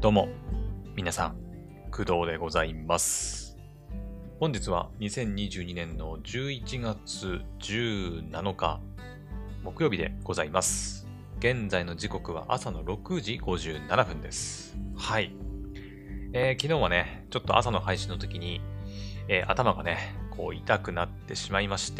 どうも、皆さん、工藤でございます。本日は2022年の11月17日、木曜日でございます。現在の時刻は朝の6時57分です。はい。昨日はね、ちょっと朝の配信の時に、頭がね、こう痛くなってしまいまして、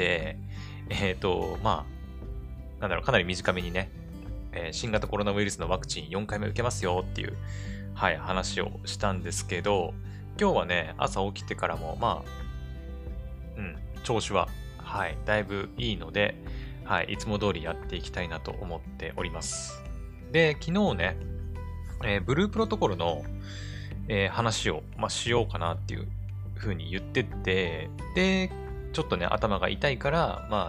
かなり短めにね、新型コロナウイルスのワクチン4回目受けますよっていう、はい、話をしたんですけど、今日はね、朝起きてからも、調子は、はい、だいぶいいので、はい、いつも通りやっていきたいなと思っております。で、昨日ね、ブループロトコルの、話を、しようかなっていう風に言ってて、で、ちょっとね、頭が痛いから、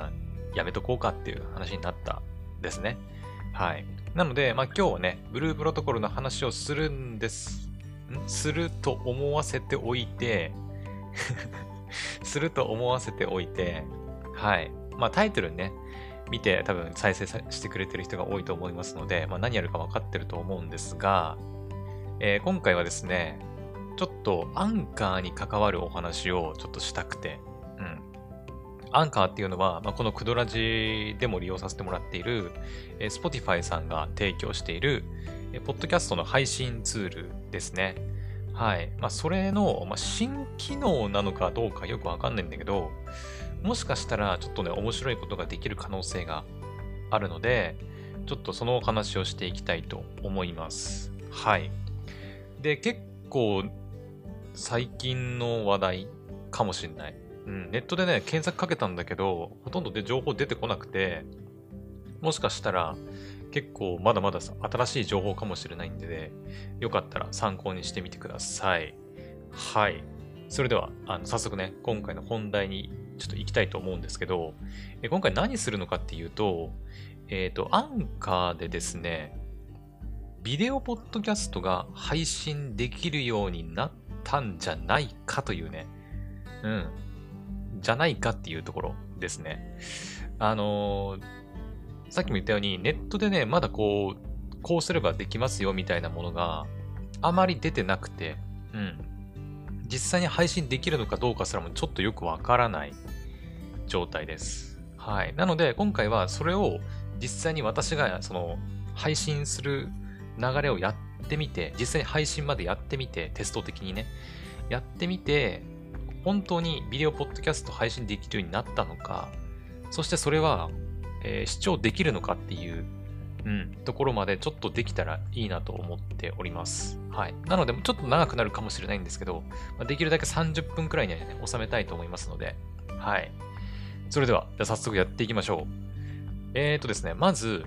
やめとこうかっていう話になったんですね。はい。なので、今日はね、ブループロトコルの話をすると思わせておいてすると思わせておいて、はい。タイトルね、見て多分再生してくれてる人が多いと思いますので、何やるか分かってると思うんですが、今回はですね、ちょっとアンカーに関わるお話をちょっとしたくて、アンカーっていうのは、このクドラジでも利用させてもらっている、Spotify さんが提供している、ポッドキャストの配信ツールですね。はい。それの、新機能なのかどうかよくわかんないんだけど、もしかしたらちょっとね、面白いことができる可能性があるので、ちょっとそのお話をしていきたいと思います。はい。で、結構、最近の話題かもしれない。ネットでね、検索かけたんだけど、ほとんどで情報出てこなくて、もしかしたら結構まだまだ新しい情報かもしれないんでね、よかったら参考にしてみてください。はい。それでは、早速ね、今回の本題にちょっと行きたいと思うんですけど、今回何するのかっていうと、アンカーでですね、ビデオポッドキャストが配信できるようになったんじゃないかというね、じゃないかっていうところですね。さっきも言ったように、ネットでね、まだこうすればできますよみたいなものがあまり出てなくて、実際に配信できるのかどうかすらもちょっとよくわからない状態です。はい。なので、今回はそれを実際に私がその配信する流れをやってみて、実際に配信までやってみて、テスト的にね、やってみて、本当にビデオポッドキャスト配信できるようになったのか、そしてそれは、視聴できるのかっていう、ところまでちょっとできたらいいなと思っております。はい。なので、ちょっと長くなるかもしれないんですけど、できるだけ30分くらいにはね、収めたいと思いますので、はい。それでは、じゃあ早速やっていきましょう。ですね、まず、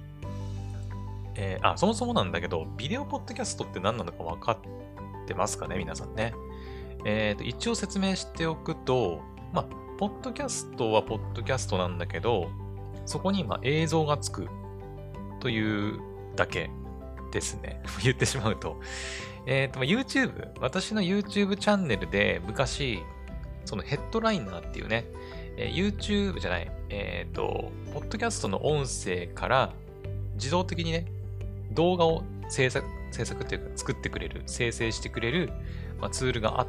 そもそもなんだけど、ビデオポッドキャストって何なのか分かってますかね、皆さんね。一応説明しておくと、ポッドキャストはポッドキャストなんだけど、そこに映像がつくというだけですね。言ってしまうと。YouTube、私の YouTube チャンネルで昔、そのヘッドライナーっていうね、YouTube じゃない、ポッドキャストの音声から自動的にね、動画を制作っていうか作ってくれる、生成してくれる、ツールがあって、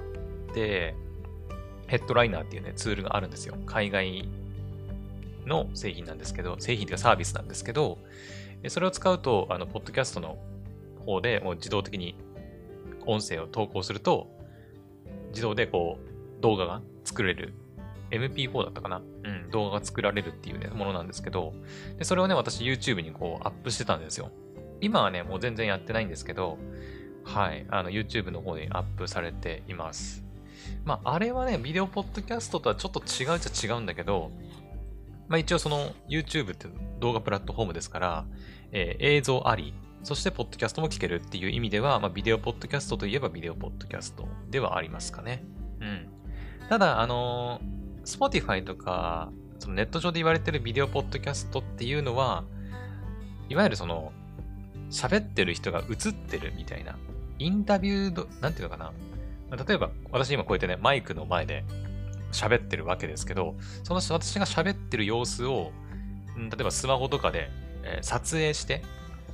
ヘッドライナーっていうね、ツールがあるんですよ。海外の製品なんですけど、製品というかサービスなんですけど、それを使うと、ポッドキャストの方でもう自動的に音声を投稿すると、自動で動画が作れる。MP4 だったかな、動画が作られるっていうね、ものなんですけど、でそれをね、私 YouTube にアップしてたんですよ。今はね、もう全然やってないんですけど、はい、YouTube の方にアップされています。あれはね、ビデオポッドキャストとはちょっと違うっちゃ違うんだけど、一応その YouTube って動画プラットフォームですから、映像あり、そしてポッドキャストも聞けるっていう意味では、ビデオポッドキャストといえばビデオポッドキャストではありますかね。ただ、Spotify とか、そのネット上で言われてるビデオポッドキャストっていうのは、いわゆるその、喋ってる人が映ってるみたいな、インタビューなんていうのかな。例えば、私今こうやってね、マイクの前で喋ってるわけですけど、その私が喋ってる様子を、例えばスマホとかで、撮影して、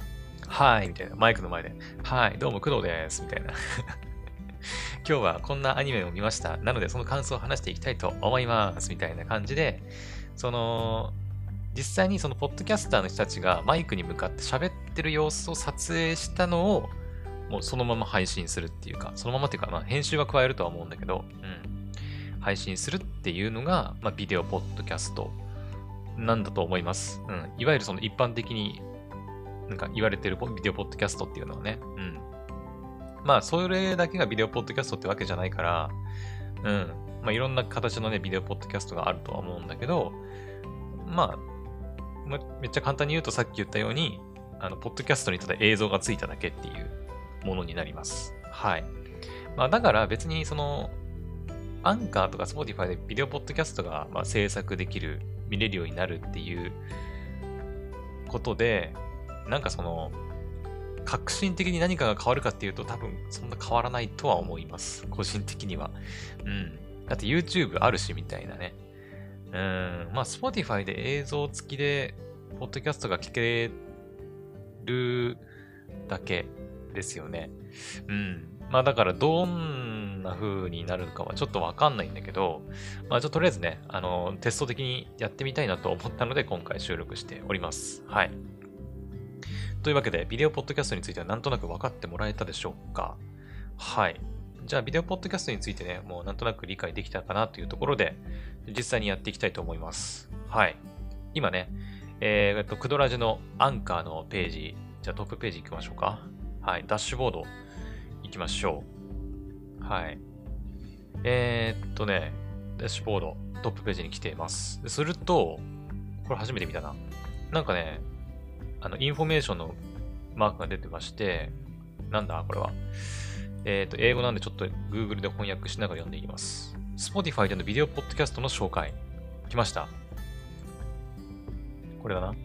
はい、みたいな。マイクの前で。はい、どうも工藤です。みたいな。今日はこんなアニメを見ました。なので、その感想を話していきたいと思います。みたいな感じで、その、実際にそのポッドキャスターの人たちがマイクに向かって喋ってる様子を撮影したのを、もうそのまま配信するっていうか、そのままっていうか、まあ編集は加えるとは思うんだけど、配信するっていうのが、まあ、ビデオポッドキャストなんだと思います。いわゆるその一般的になんか言われてるビデオポッドキャストっていうのはね。まあ、それだけがビデオポッドキャストってわけじゃないから、まあ、いろんな形のね、ビデオポッドキャストがあるとは思うんだけど、まあ、めっちゃ簡単に言うとさっき言ったように、ポッドキャストにただ映像がついただけっていうものになります。はい。まあ、だから別にその、アンカーとか Spotify でビデオポッドキャストがまあ制作できる、見れるようになるっていうことで、なんかその、革新的に何かが変わるかっていうと多分そんな変わらないとは思います。個人的には。だって YouTube あるしみたいなね。まあ Spotify で映像付きで、ポッドキャストが聞けるだけですよね。まあだからどんな風になるかはちょっとわかんないんだけど、まあとりあえずね、テスト的にやってみたいなと思ったので今回収録しております。はい。というわけで、ビデオポッドキャストについてはなんとなく分かってもらえたでしょうか？はい。じゃあ、ビデオポッドキャストについてね、もうなんとなく理解できたかなというところで、実際にやっていきたいと思います。はい。今ね、クドラジのアンカーのページ、じゃあトップページ行きましょうか。はい。ダッシュボード行きましょう。はい。ダッシュボード、トップページに来ています。すると、これ初めて見たな。なんかね、インフォメーションのマークが出てまして、なんだこれは。英語なんでちょっと Google で翻訳しながら読んでいきます。Spotify でのビデオポッドキャストの紹介。来ました。これだな。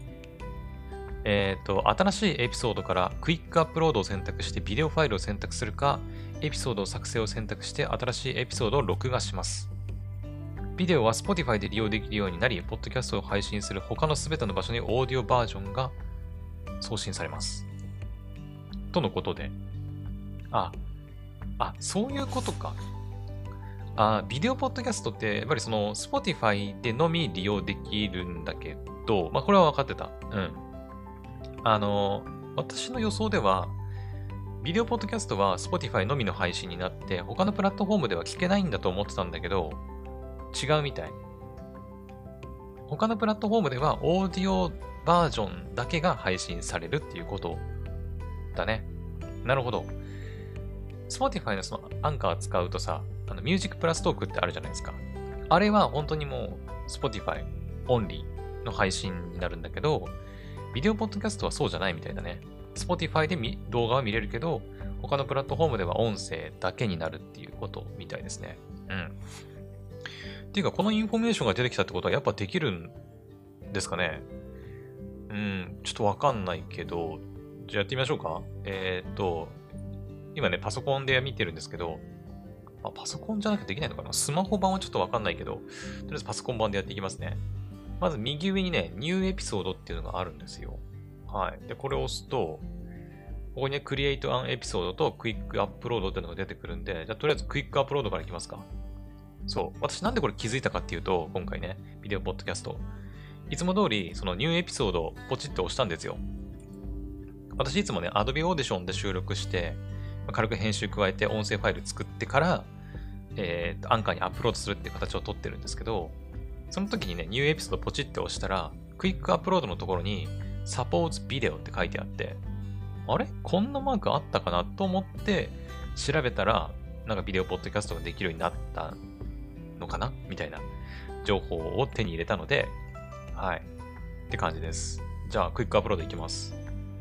新しいエピソードからクイックアップロードを選択してビデオファイルを選択するか、エピソードを作成を選択して新しいエピソードを録画します。ビデオは Spotify で利用できるようになり、ポッドキャストを配信する他のすべての場所にオーディオバージョンが送信されます。とのことで。そういうことか。ビデオポッドキャストって、やっぱりその Spotify でのみ利用できるんだけど、まあこれは分かってた。私の予想では、ビデオポッドキャストは Spotify のみの配信になって、他のプラットフォームでは聞けないんだと思ってたんだけど、違うみたい。他のプラットフォームではオーディオバージョンだけが配信されるっていうことだね。なるほど。Spotify のそのアンカー使うとさ、ミュージックプラストークってあるじゃないですか。あれは本当にもう Spotify オンリーの配信になるんだけど、ビデオポッドキャストはそうじゃないみたいだね。Spotify で動画は見れるけど、他のプラットフォームでは音声だけになるっていうことみたいですね。っていうか、このインフォメーションが出てきたってことはやっぱできるんですかね。ちょっとわかんないけど、じゃあやってみましょうか。今ね、パソコンで見てるんですけど、パソコンじゃなくてできないのかな？スマホ版はちょっとわかんないけど、とりあえずパソコン版でやっていきますね。まず右上にね、ニューエピソードっていうのがあるんですよ。はい。で、これを押すと、ここにね、クリエイトアンエピソードとクイックアップロードっていうのが出てくるんで、じゃあとりあえずクイックアップロードからいきますか。そう。私なんでこれ気づいたかっていうと、今回ね、ビデオポッドキャスト。いつも通り、そのニューエピソードをポチッと押したんですよ。私いつもね、Adobe Audition で収録して、軽く編集加えて音声ファイル作ってから、アンカーにアップロードするっていう形をとってるんですけど、その時にね、ニューエピソードポチッと押したら、クイックアップロードのところに、Supports Video って書いてあって、あれこんなマークあったかなと思って調べたら、なんかビデオポッドキャストができるようになったのかなみたいな情報を手に入れたので、はい。って感じです。じゃあ、クイックアップロードいきます。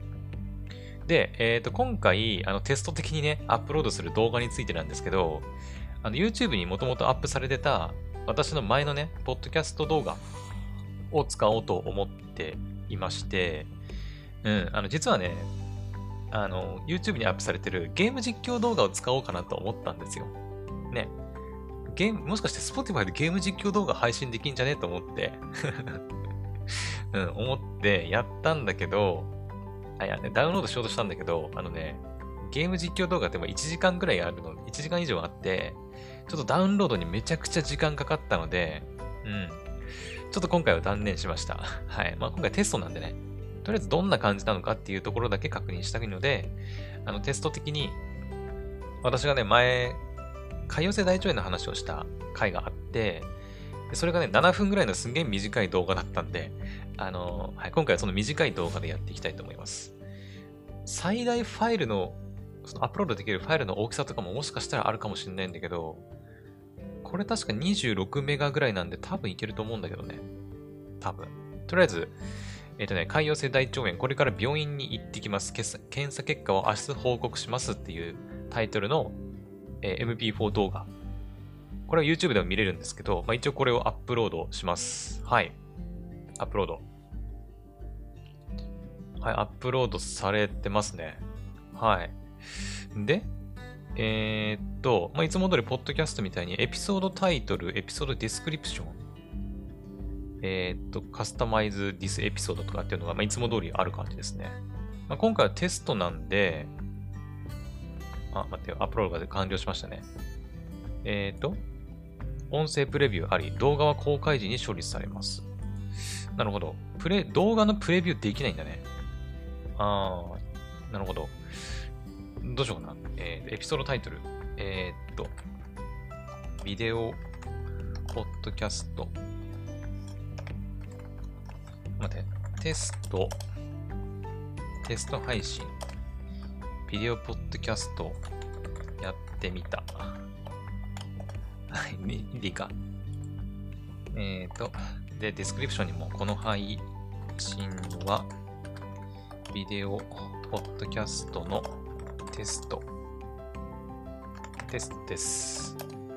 で、今回、テスト的にね、アップロードする動画についてなんですけど、YouTube にもともとアップされてた、私の前のね、ポッドキャスト動画を使おうと思っていまして、実はね、YouTube にアップされてるゲーム実況動画を使おうかなと思ったんですよ。ね。もしかして Spotify でゲーム実況動画配信できんじゃねと思って思ってやったんだけど、 いやね、ダウンロードしようとしたんだけど、ゲーム実況動画っても1時間ぐらいあるの、1時間以上あって、ちょっとダウンロードにめちゃくちゃ時間かかったので、うん。ちょっと今回は断念しました。はい。まあ今回テストなんでね、とりあえずどんな感じなのかっていうところだけ確認したいので、テスト的に、私がね、前、潰瘍性大腸炎の話をした回があって、でそれがね、7分ぐらいのすんげえ短い動画だったんで、はい、今回はその短い動画でやっていきたいと思います。最大ファイルの、そのアップロードできるファイルの大きさとかももしかしたらあるかもしれないんだけど、これ確か26メガぐらいなんで多分いけると思うんだけどね。多分。とりあえず、潰瘍性大腸炎、これから病院に行ってきます。検査結果を明日報告しますっていうタイトルの、MP4 動画。これは YouTube でも見れるんですけど、まあ、一応これをアップロードします。はい。アップロード。はい、アップロードされてますね。はい。で、まあ、いつも通り、ポッドキャストみたいに、エピソードタイトル、エピソードディスクリプション、カスタマイズディスエピソードとかっていうのが、まあ、いつも通りある感じですね。まあ、今回はテストなんで、待ってよ、アップロードが完了しましたね。音声プレビューあり、動画は公開時に処理されます。なるほど。動画のプレビューできないんだね。なるほど。どうしようかな。エピソードタイトル。ビデオ、ポッドキャスト。待って。テスト配信。ビデオ、ポッドキャスト。やってみた。はい、いいか。で、ディスクリプションにも、この配信は、ビデオ、ポッドキャストのテストです。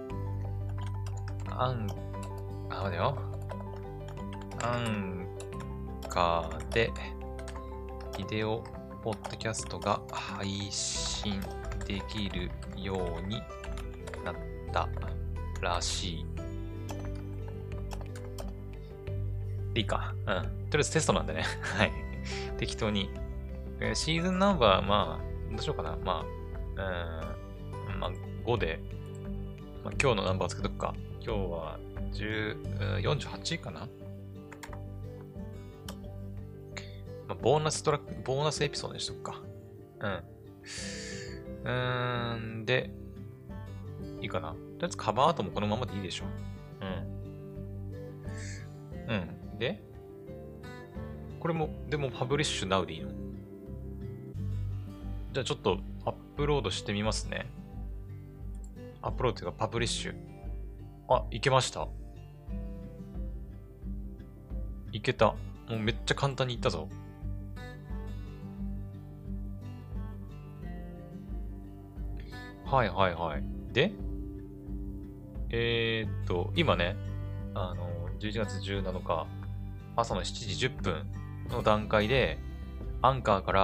待てよ。アンカーで、ビデオ、ポッドキャストが配信できるようになったらしい。いいか。うん。とりあえずテストなんでね。はい。適当に。シーズンナンバー、まあ、どうしようかな。まあ、5で、まあ、今日のナンバーつけとくか。今日は48かな。まあ、ボーナスエピソードにしとくか。で、いいかな。とりあえずカバーアートもこのままでいいでしょ。で、これも、でもパブリッシュナウでいいの？じゃあちょっとアップロードしてみますね。アップロードというかパブリッシュ。いけました。いけた。もうめっちゃ簡単にいったぞ。はいはいはい。で、今ね、11月17日、朝の7時10分の段階で、アンカーから、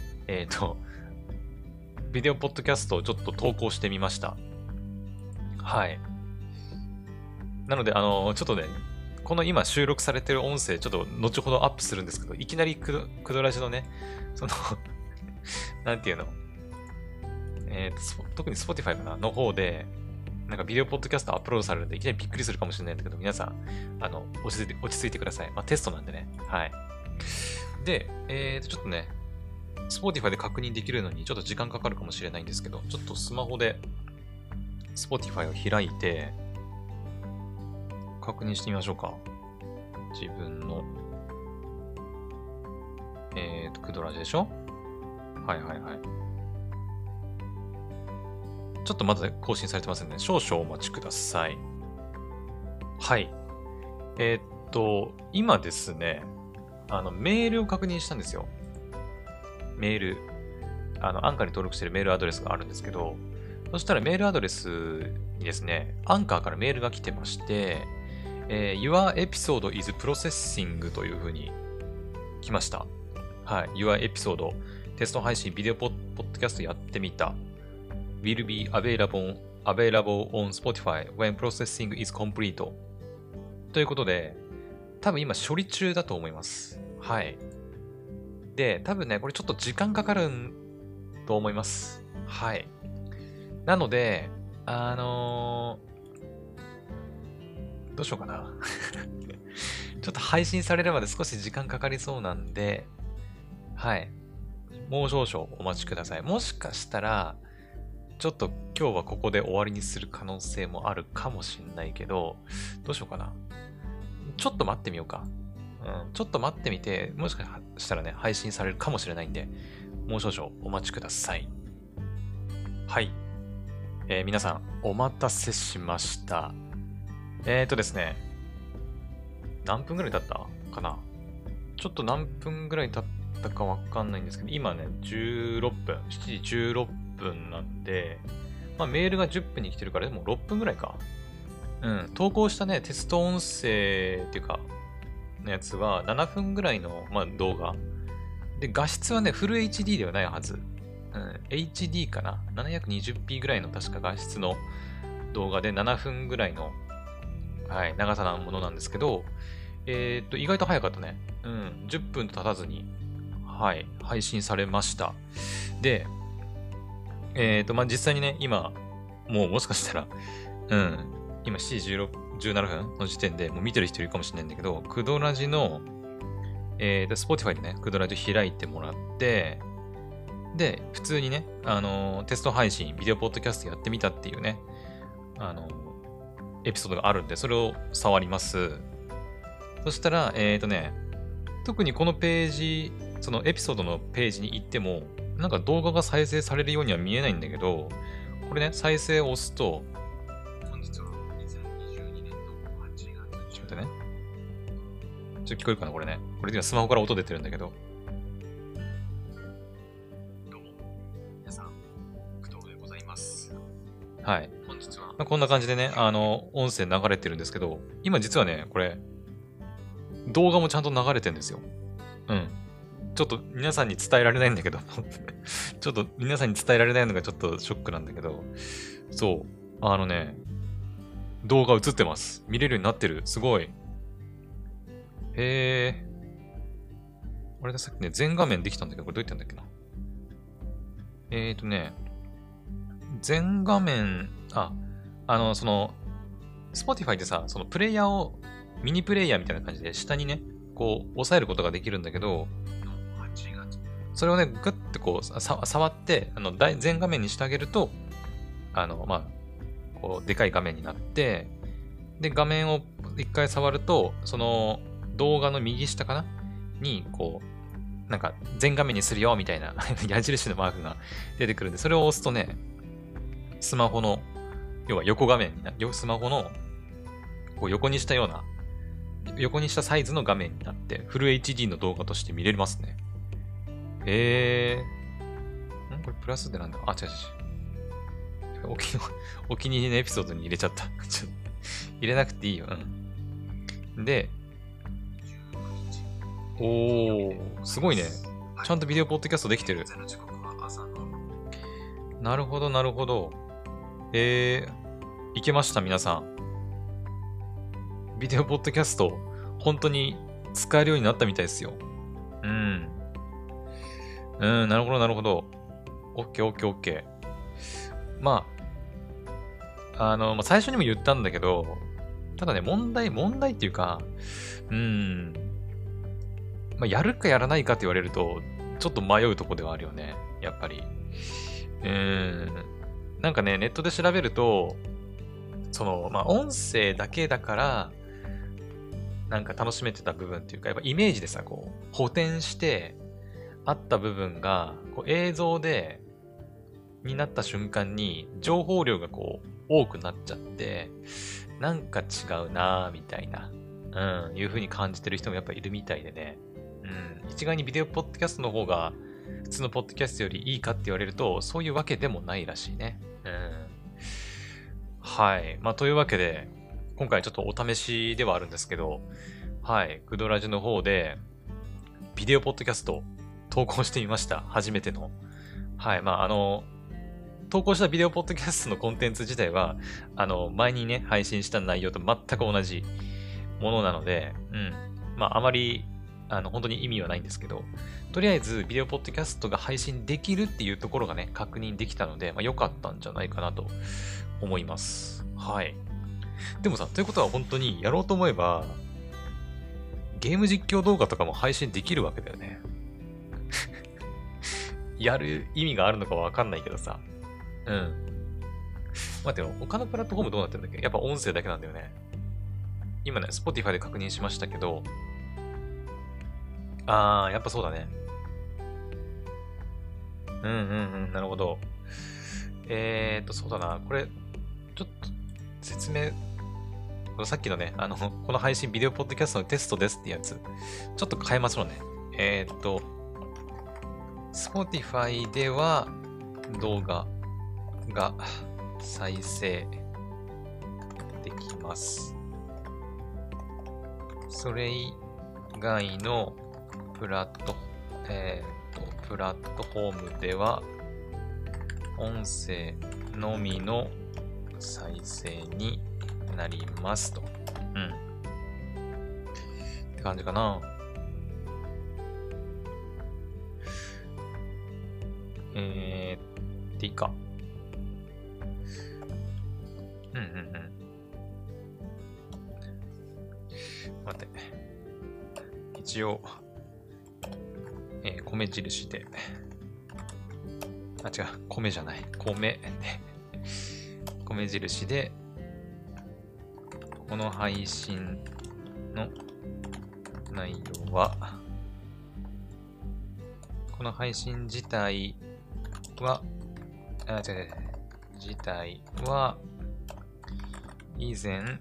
ビデオポッドキャストをちょっと投稿してみました。はい。なので、ちょっとね、この今収録されてる音声、ちょっと後ほどアップするんですけど、いきなりクドラジのね、なんていうの、特に Spotify かなの方で、なんかビデオポッドキャストアップロードされるんで、いきなりびっくりするかもしれないんだけど、皆さん、落ち着いてください。まあ、テストなんでね。はい。で、ちょっとね、Spotify で確認できるのにちょっと時間かかるかもしれないんですけど、ちょっとスマホで Spotify を開いて、確認してみましょうか。自分の、クドラジでしょ？はいはいはい。ちょっとまだ更新されてませんね。少々お待ちください。はい。今ですね、メールを確認したんですよ。メール。アンカーに登録しているメールアドレスがあるんですけど、そしたらメールアドレスにですね、アンカーからメールが来てまして、Your episode is processing という風に来ました。はい。Your episode テスト配信ビデオポッドキャストやってみた。will be available on Spotify when processing is complete ということで、多分今処理中だと思います。はい。 で、多分ね、これちょっと時間かかると思います。はい。なので、どうしようかな。ちょっと配信されるまで少し時間かかりそうなんで、はい。もう少々お待ちください。もしかしたら、ちょっと今日はここで終わりにする可能性もあるかもしんないけど、どうしようかな。ちょっと待ってみようか。ちょっと待ってみて、もしかしたらね、配信されるかもしれないんで、もう少々お待ちください。はい。皆さん、お待たせしました。ですね、何分ぐらい経ったかな。ちょっと何分ぐらい経ったかわかんないんですけど、今ね、16分、7時16分なんで、まあメールが10分に来てるから、でも6分ぐらいか。投稿したね、テスト音声っていうか、のやつは7分ぐらいの、まあ、動画。で、画質はね、フル HD ではないはず。HD かな ?720p ぐらいの確か画質の動画で7分ぐらいの、はい、長さなものなんですけど、意外と早かったね。10分と経たずに、はい、配信されました。で、まあ、実際にね、今、もしかしたら、今7時17分の時点でもう見てる人いるかもしれないんだけど、クドラジの、Spotify でね、クドラジ開いてもらって、で、普通にね、テスト配信、ビデオポッドキャストやってみたっていうね、エピソードがあるんで、それを触ります。そしたら、特にこのページ、そのエピソードのページに行っても、なんか動画が再生されるようには見えないんだけど、これね、再生を押すと、本日は2022年の8月。ちょっと待ってね。ちょっと聞こえるかなこれね。これ今スマホから音出てるんだけど。どうも、皆さん、工藤でございます。はい。本日は、まあ、こんな感じでね、音声流れてるんですけど、今実はね、これ、動画もちゃんと流れてるんですよ。ちょっと皆さんに伝えられないんだけどちょっと皆さんに伝えられないのがちょっとショックなんだけど、そう、動画映ってます。見れるようになってる。すごい。へー。俺がさっきね、全画面できたんだけど、これどうやってんだっけな。全画面、Spotify でさ、そのプレイヤーを、ミニプレイヤーみたいな感じで下にね、こう、押さえることができるんだけど、それをね、グッてこう、触って、全画面にしてあげると、こう、でかい画面になって、で、画面を一回触ると、その動画の右下かなに、こう、なんか全画面にするよみたいな矢印のマークが出てくるんで、それを押すとね、スマホの、要は横画面にな、スマホのこう横にしたような、横にしたサイズの画面になって、フル HD の動画として見れますね。これプラスでなんだあ、違う違う。お気に入りのエピソードに入れちゃった。入れなくていいよ。で、すごいね。ちゃんとビデオポッドキャストできてる。なるほど、なるほど。いけました、皆さん。ビデオポッドキャスト、本当に使えるようになったみたいですよ。なるほど、なるほど。オッケー、オッケー、オッケー。まあ、最初にも言ったんだけど、ただね、問題っていうか、やるかやらないかって言われると、ちょっと迷うとこではあるよね。やっぱり。なんかね、ネットで調べると、音声だけだから、なんか楽しめてた部分っていうか、やっぱイメージでさ、こう、補填して、あった部分が、こう映像になった瞬間に、情報量がこう、多くなっちゃって、なんか違うなぁ、みたいな、いう風に感じてる人もやっぱいるみたいでね。一概にビデオポッドキャストの方が、普通のポッドキャストよりいいかって言われると、そういうわけでもないらしいね。はい。というわけで、今回ちょっとお試しではあるんですけど、はい。クドラジの方で、ビデオポッドキャスト投稿してみました。初めての。はい。投稿したビデオポッドキャストのコンテンツ自体は、前にね、配信した内容と全く同じものなので、あまり本当に意味はないんですけど、とりあえずビデオポッドキャストが配信できるっていうところがね、確認できたので、まあ、良かったんじゃないかなと思います。はい。でもさ、ということは本当にやろうと思えば、ゲーム実況動画とかも配信できるわけだよね。やる意味があるのかわかんないけどさ。うん。待ってよ、他のプラットフォームどうなってるんだっけ？やっぱ音声だけなんだよね。今ね、Spotify で確認しましたけど、やっぱそうだね。なるほど。そうだな。これ、ちょっと説明、さっきのね、この配信ビデオポッドキャストのテストですってやつ、ちょっと変えましょうね。Spotify では動画が再生できます。それ以外のプラットフォームでは音声のみの再生になりますと。って感じかな。でいいか。待って。一応、米印で。違う、米じゃない。米印で、この配信の内容は、この配信自体は、自体は、以前、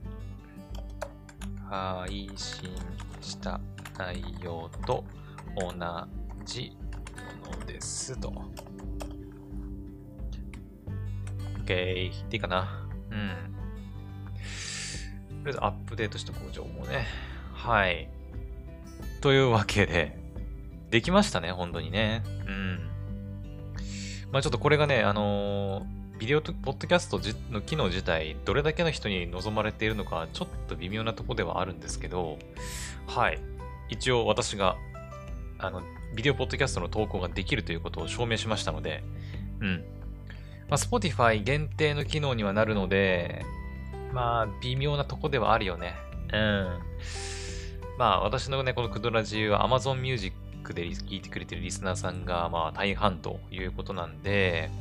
配信した内容と同じものですと。OK。でいいかな。とりあえずアップデートした情報ね。はい。というわけで、できましたね、本当にね。まあちょっとこれがね、ビデオとポッドキャストの機能自体、どれだけの人に望まれているのか、ちょっと微妙なところではあるんですけど、はい。一応私が、ビデオポッドキャストの投稿ができるということを証明しましたので、まあ、Spotify 限定の機能にはなるので、まあ、微妙なとこではあるよね。まあ、私のね、このクドラジは Amazon Music で聞いてくれてるリスナーさんが、まあ、大半ということなんで、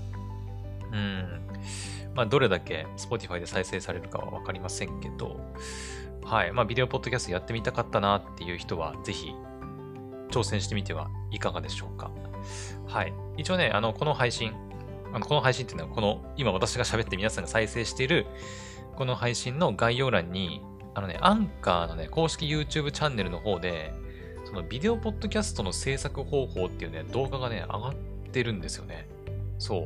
まあ、どれだけ Spotify で再生されるかはわかりませんけど、はい。まあ、ビデオポッドキャストやってみたかったなっていう人は、ぜひ、挑戦してみてはいかがでしょうか。はい。一応ね、この配信っていうのは、今私が喋って皆さんが再生している、この配信の概要欄に、アンカーのね、公式 YouTube チャンネルの方で、そのビデオポッドキャストの制作方法っていうね、動画がね、上がってるんですよね。そう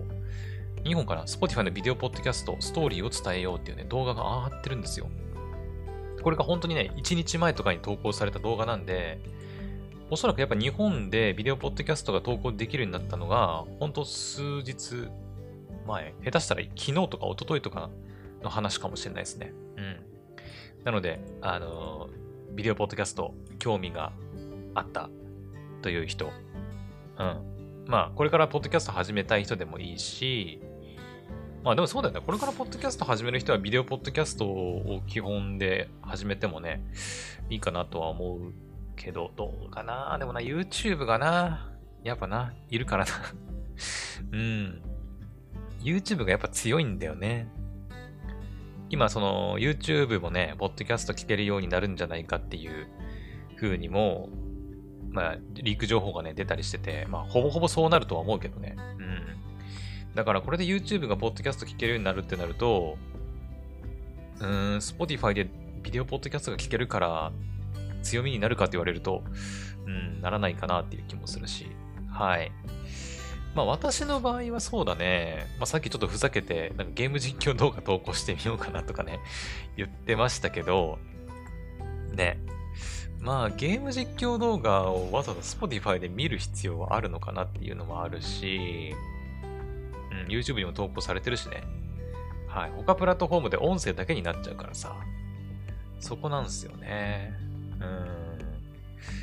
。2本かな Spotify のビデオポッドキャスト、ストーリーを伝えようっていうね、動画が上がってるんですよ。これが本当にね、1日前とかに投稿された動画なんで、おそらくやっぱ日本でビデオポッドキャストが投稿できるようになったのが、本当数日前、下手したら昨日とか一昨日とかの話かもしれないですね。なので、ビデオポッドキャスト興味があったという人、まあ、これからポッドキャスト始めたい人でもいいし、まあでもそうだよね。これからポッドキャスト始める人はビデオポッドキャストを基本で始めてもね、いいかなとは思うけど、どうかな。でもな、YouTube がな、やっぱな、いるからな。YouTube がやっぱ強いんだよね。今、その、YouTube もね、ポッドキャスト聞けるようになるんじゃないかっていう風にも、まあ、リーク情報がね、出たりしてて、まあ、ほぼほぼそうなるとは思うけどね。だから、これで YouTube がポッドキャスト聞けるようになるってなると、Spotify でビデオポッドキャストが聞けるから、強みになるかって言われると、ならないかなっていう気もするし。はい。まあ私の場合はそうだね。まあさっきちょっとふざけて、なんかゲーム実況動画投稿してみようかなとかね、言ってましたけど、ね。まあゲーム実況動画をわざわざ Spotify で見る必要はあるのかなっていうのもあるし、YouTube にも投稿されてるしね。はい。他プラットフォームで音声だけになっちゃうからさ。そこなんですよね。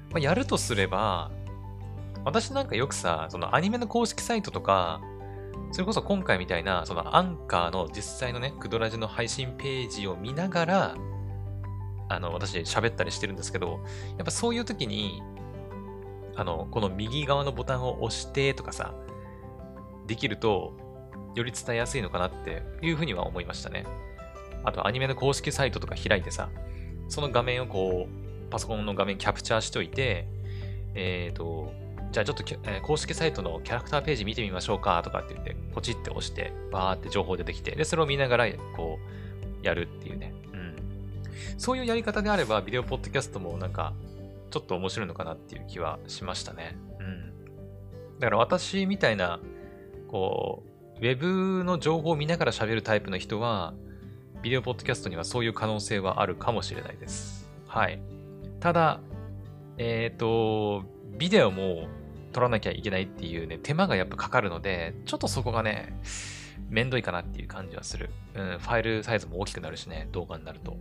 まあ、やるとすれば、私なんかよくさ、そのアニメの公式サイトとか、それこそ今回みたいな、そのアンカーの実際のね、クドラジの配信ページを見ながら、私喋ったりしてるんですけど、やっぱそういう時に、この右側のボタンを押してとかさ、できると、より伝えやすいのかなっていうふうには思いましたね。あと、アニメの公式サイトとか開いてさ、その画面をこう、パソコンの画面キャプチャーしといて、じゃあちょっと公式サイトのキャラクターページ見てみましょうかとかって言って、ポチって押して、バーって情報出てきて、で、それを見ながら、こう、やるっていうね。うん。そういうやり方であれば、ビデオポッドキャストもなんか、ちょっと面白いのかなっていう気はしましたね。うん。だから私みたいな、こう、ウェブの情報を見ながら喋るタイプの人は、ビデオポッドキャストにはそういう可能性はあるかもしれないです。はい。ただ、ビデオも撮らなきゃいけないっていうね、手間がやっぱかかるので、ちょっとそこがね、めんどいかなっていう感じはする。うん、ファイルサイズも大きくなるしね、動画になると。うん。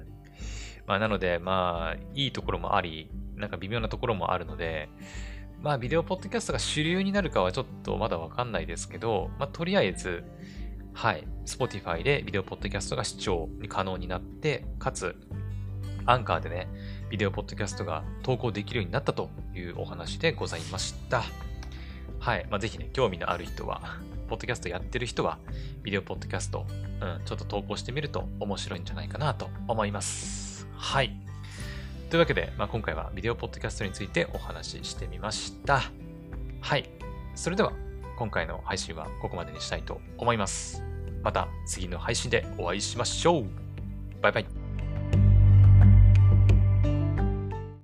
まあ、なので、まあ、いいところもあり、なんか微妙なところもあるので、まあ、ビデオポッドキャストが主流になるかはちょっとまだわかんないですけど、まあ、とりあえず、はい、Spotify でビデオポッドキャストが視聴に可能になって、かつ、アンカーでね、ビデオポッドキャストが投稿できるようになったというお話でございました。はい。まあ、ぜひね、興味のある人は、ポッドキャストやってる人は、ビデオポッドキャスト、ちょっと投稿してみると面白いんじゃないかなと思います。はい。というわけで、まあ、今回はビデオポッドキャストについてお話ししてみました。はい。それでは、今回の配信はここまでにしたいと思います。また次の配信でお会いしましょう。バイバイ。